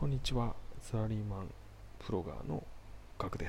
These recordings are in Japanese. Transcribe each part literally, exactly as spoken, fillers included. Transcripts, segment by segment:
こんにちは。サラリーマンプロガーのガクです。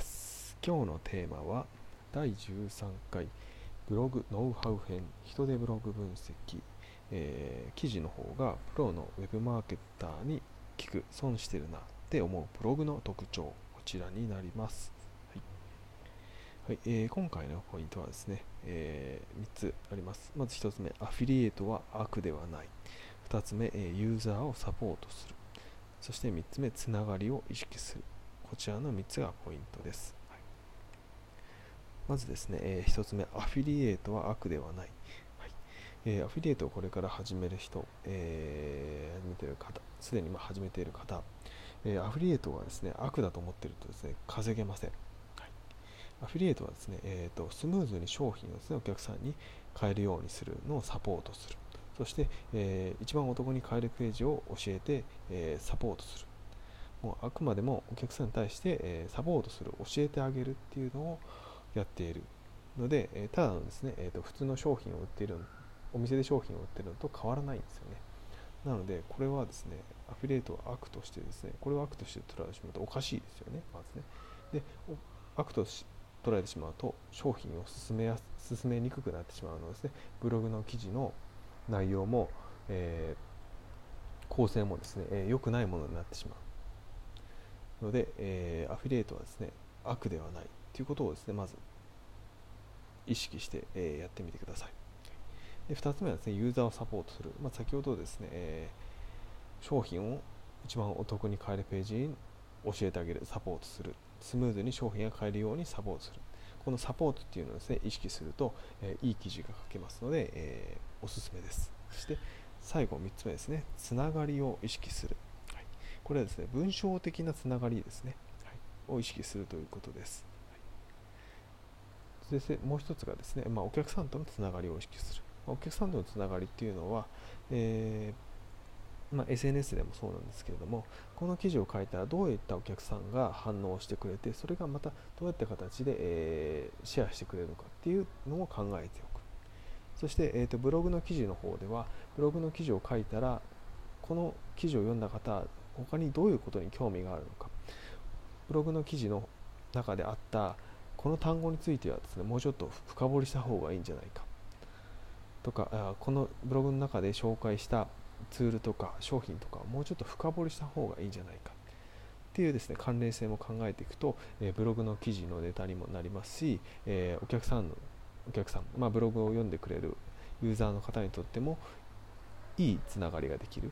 今日のテーマはだいじゅうさんかいブログノウハウ編人手ブログ分析、えー記事の方がプロのウェブマーケッターに聞く損してるなって思うブログの特徴、こちらになります。はいはいえー今回のポイントはですね、えーみっつあります。まずひとつめ、アフィリエイトは悪ではない。ふたつめ、えーユーザーをサポートする。そしてみっつめ、つながりを意識する。こちらのみっつがポイントです。はい、まずですね、えー、ひとつめ、アフィリエイトは悪ではない。はいえーアフィリエイトをこれから始める人、えー始めている方、すでにまあ始めている方、えーアフィリエイトはですね、悪だと思っているとですね、稼げません。はい、アフィリエイトはですね、えーと、スムーズに商品をですね、お客さんに買えるようにするのをサポートする。そして、えー一番お得に買えるページを教えて、えーサポートする。もうあくまでもお客さんに対して、えーサポートする、教えてあげるっていうのをやっているので、えーただのですね、えーと、普通の商品を売っている、お店で商品を売っているのと変わらないんですよね。なので、これはですね、アフィリエイトは悪としてですね、これを悪として捉えてしまうとおかしいですよね、まずね。で、悪とし捉えてしまうと、商品を進めやす進めにくくなってしまうのですね、ブログの記事の内容も、えー構成もですね、えー良くないものになってしまうので、えーアフィリエイトはですね、悪ではないということをですね、まず意識して、えーやってみてください。でふたつめはですね、ユーザーをサポートする。まあ、先ほどですね、えー商品を一番お得に買えるページに教えてあげる、サポートする。スムーズに商品が買えるようにサポートする。このサポートっていうのをですね、意識すると、えーいい記事が書けますので、えーおすすめです。そして最後みっつめですね、つながりを意識する。はい、これはですね、文章的なつながりですね、はい、を意識するということです。はい、でもう一つがですね、まあ、お客さんとのつながりを意識する。お客さんとのつながりっていうのは、えーまあ、エスエヌエス でもそうなんですけれども、この記事を書いたらどういったお客さんが反応してくれて、それがまたどういった形で、えーシェアしてくれるのかっていうのを考えておく。そして、えーと、ブログの記事の方では、ブログの記事を書いたら、この記事を読んだ方、他にどういうことに興味があるのか、ブログの記事の中であったこの単語についてはですね、もうちょっと深掘りした方がいいんじゃないかとか、あこのブログの中で紹介したツールとか商品とかもうちょっと深掘りした方がいいんじゃないかっていうですね、関連性も考えていくと、えーブログの記事のネタにもなりますし、えーお客さんのお客さん、まあ、ブログを読んでくれるユーザーの方にとってもいいつながりができる。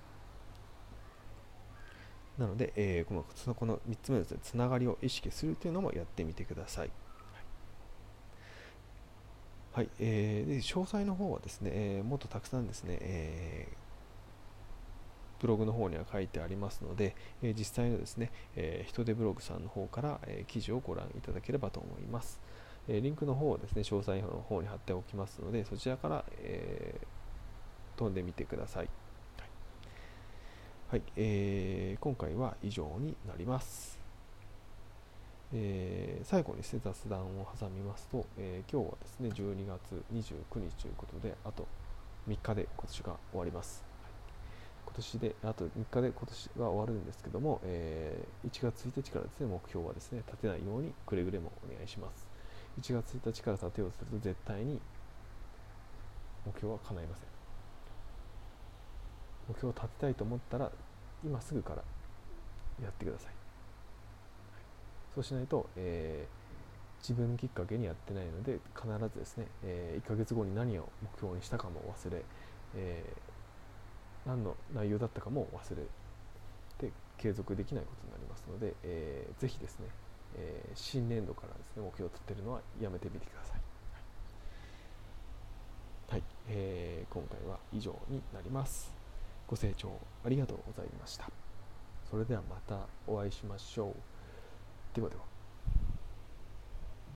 なので、えーこのそのこのみっつめのですね、つながりを意識するというのもやってみてください。はい、えーで詳細の方はですね、えーもっとたくさんですね、えーブログの方には書いてありますので、えー実際のですね、えー人手ブログさんの方から、えー記事をご覧いただければと思います。えーリンクの方をですね、詳細の方に貼っておきますので、そちらから、えー飛んでみてください。はい、はい、えー今回は以上になります。えー最後にですね、雑談を挟みますと、えー今日はですね、じゅうにがつにじゅうくにちということで、あとみっかで今年が終わります。今年で、あとみっかで今年が終わるんですけども、えーいちがつついたちからですね、目標はですね、立てないようにくれぐれもお願いします。いちがつついたちから立てようとすると絶対に目標は叶いません。目標を立てたいと思ったら、今すぐからやってください。そうしないと、えー自分きっかけにやってないので、必ずですね、えーいっかげつごに何を目標にしたかも忘れ、えー何の内容だったかも忘れて継続できないことになりますので、えーぜひですね、えー新年度からですね、目標を立てるのはやめてみてください。はい、えー今回は以上になります。ご清聴ありがとうございました。それではまたお会いしましょう。ではでは。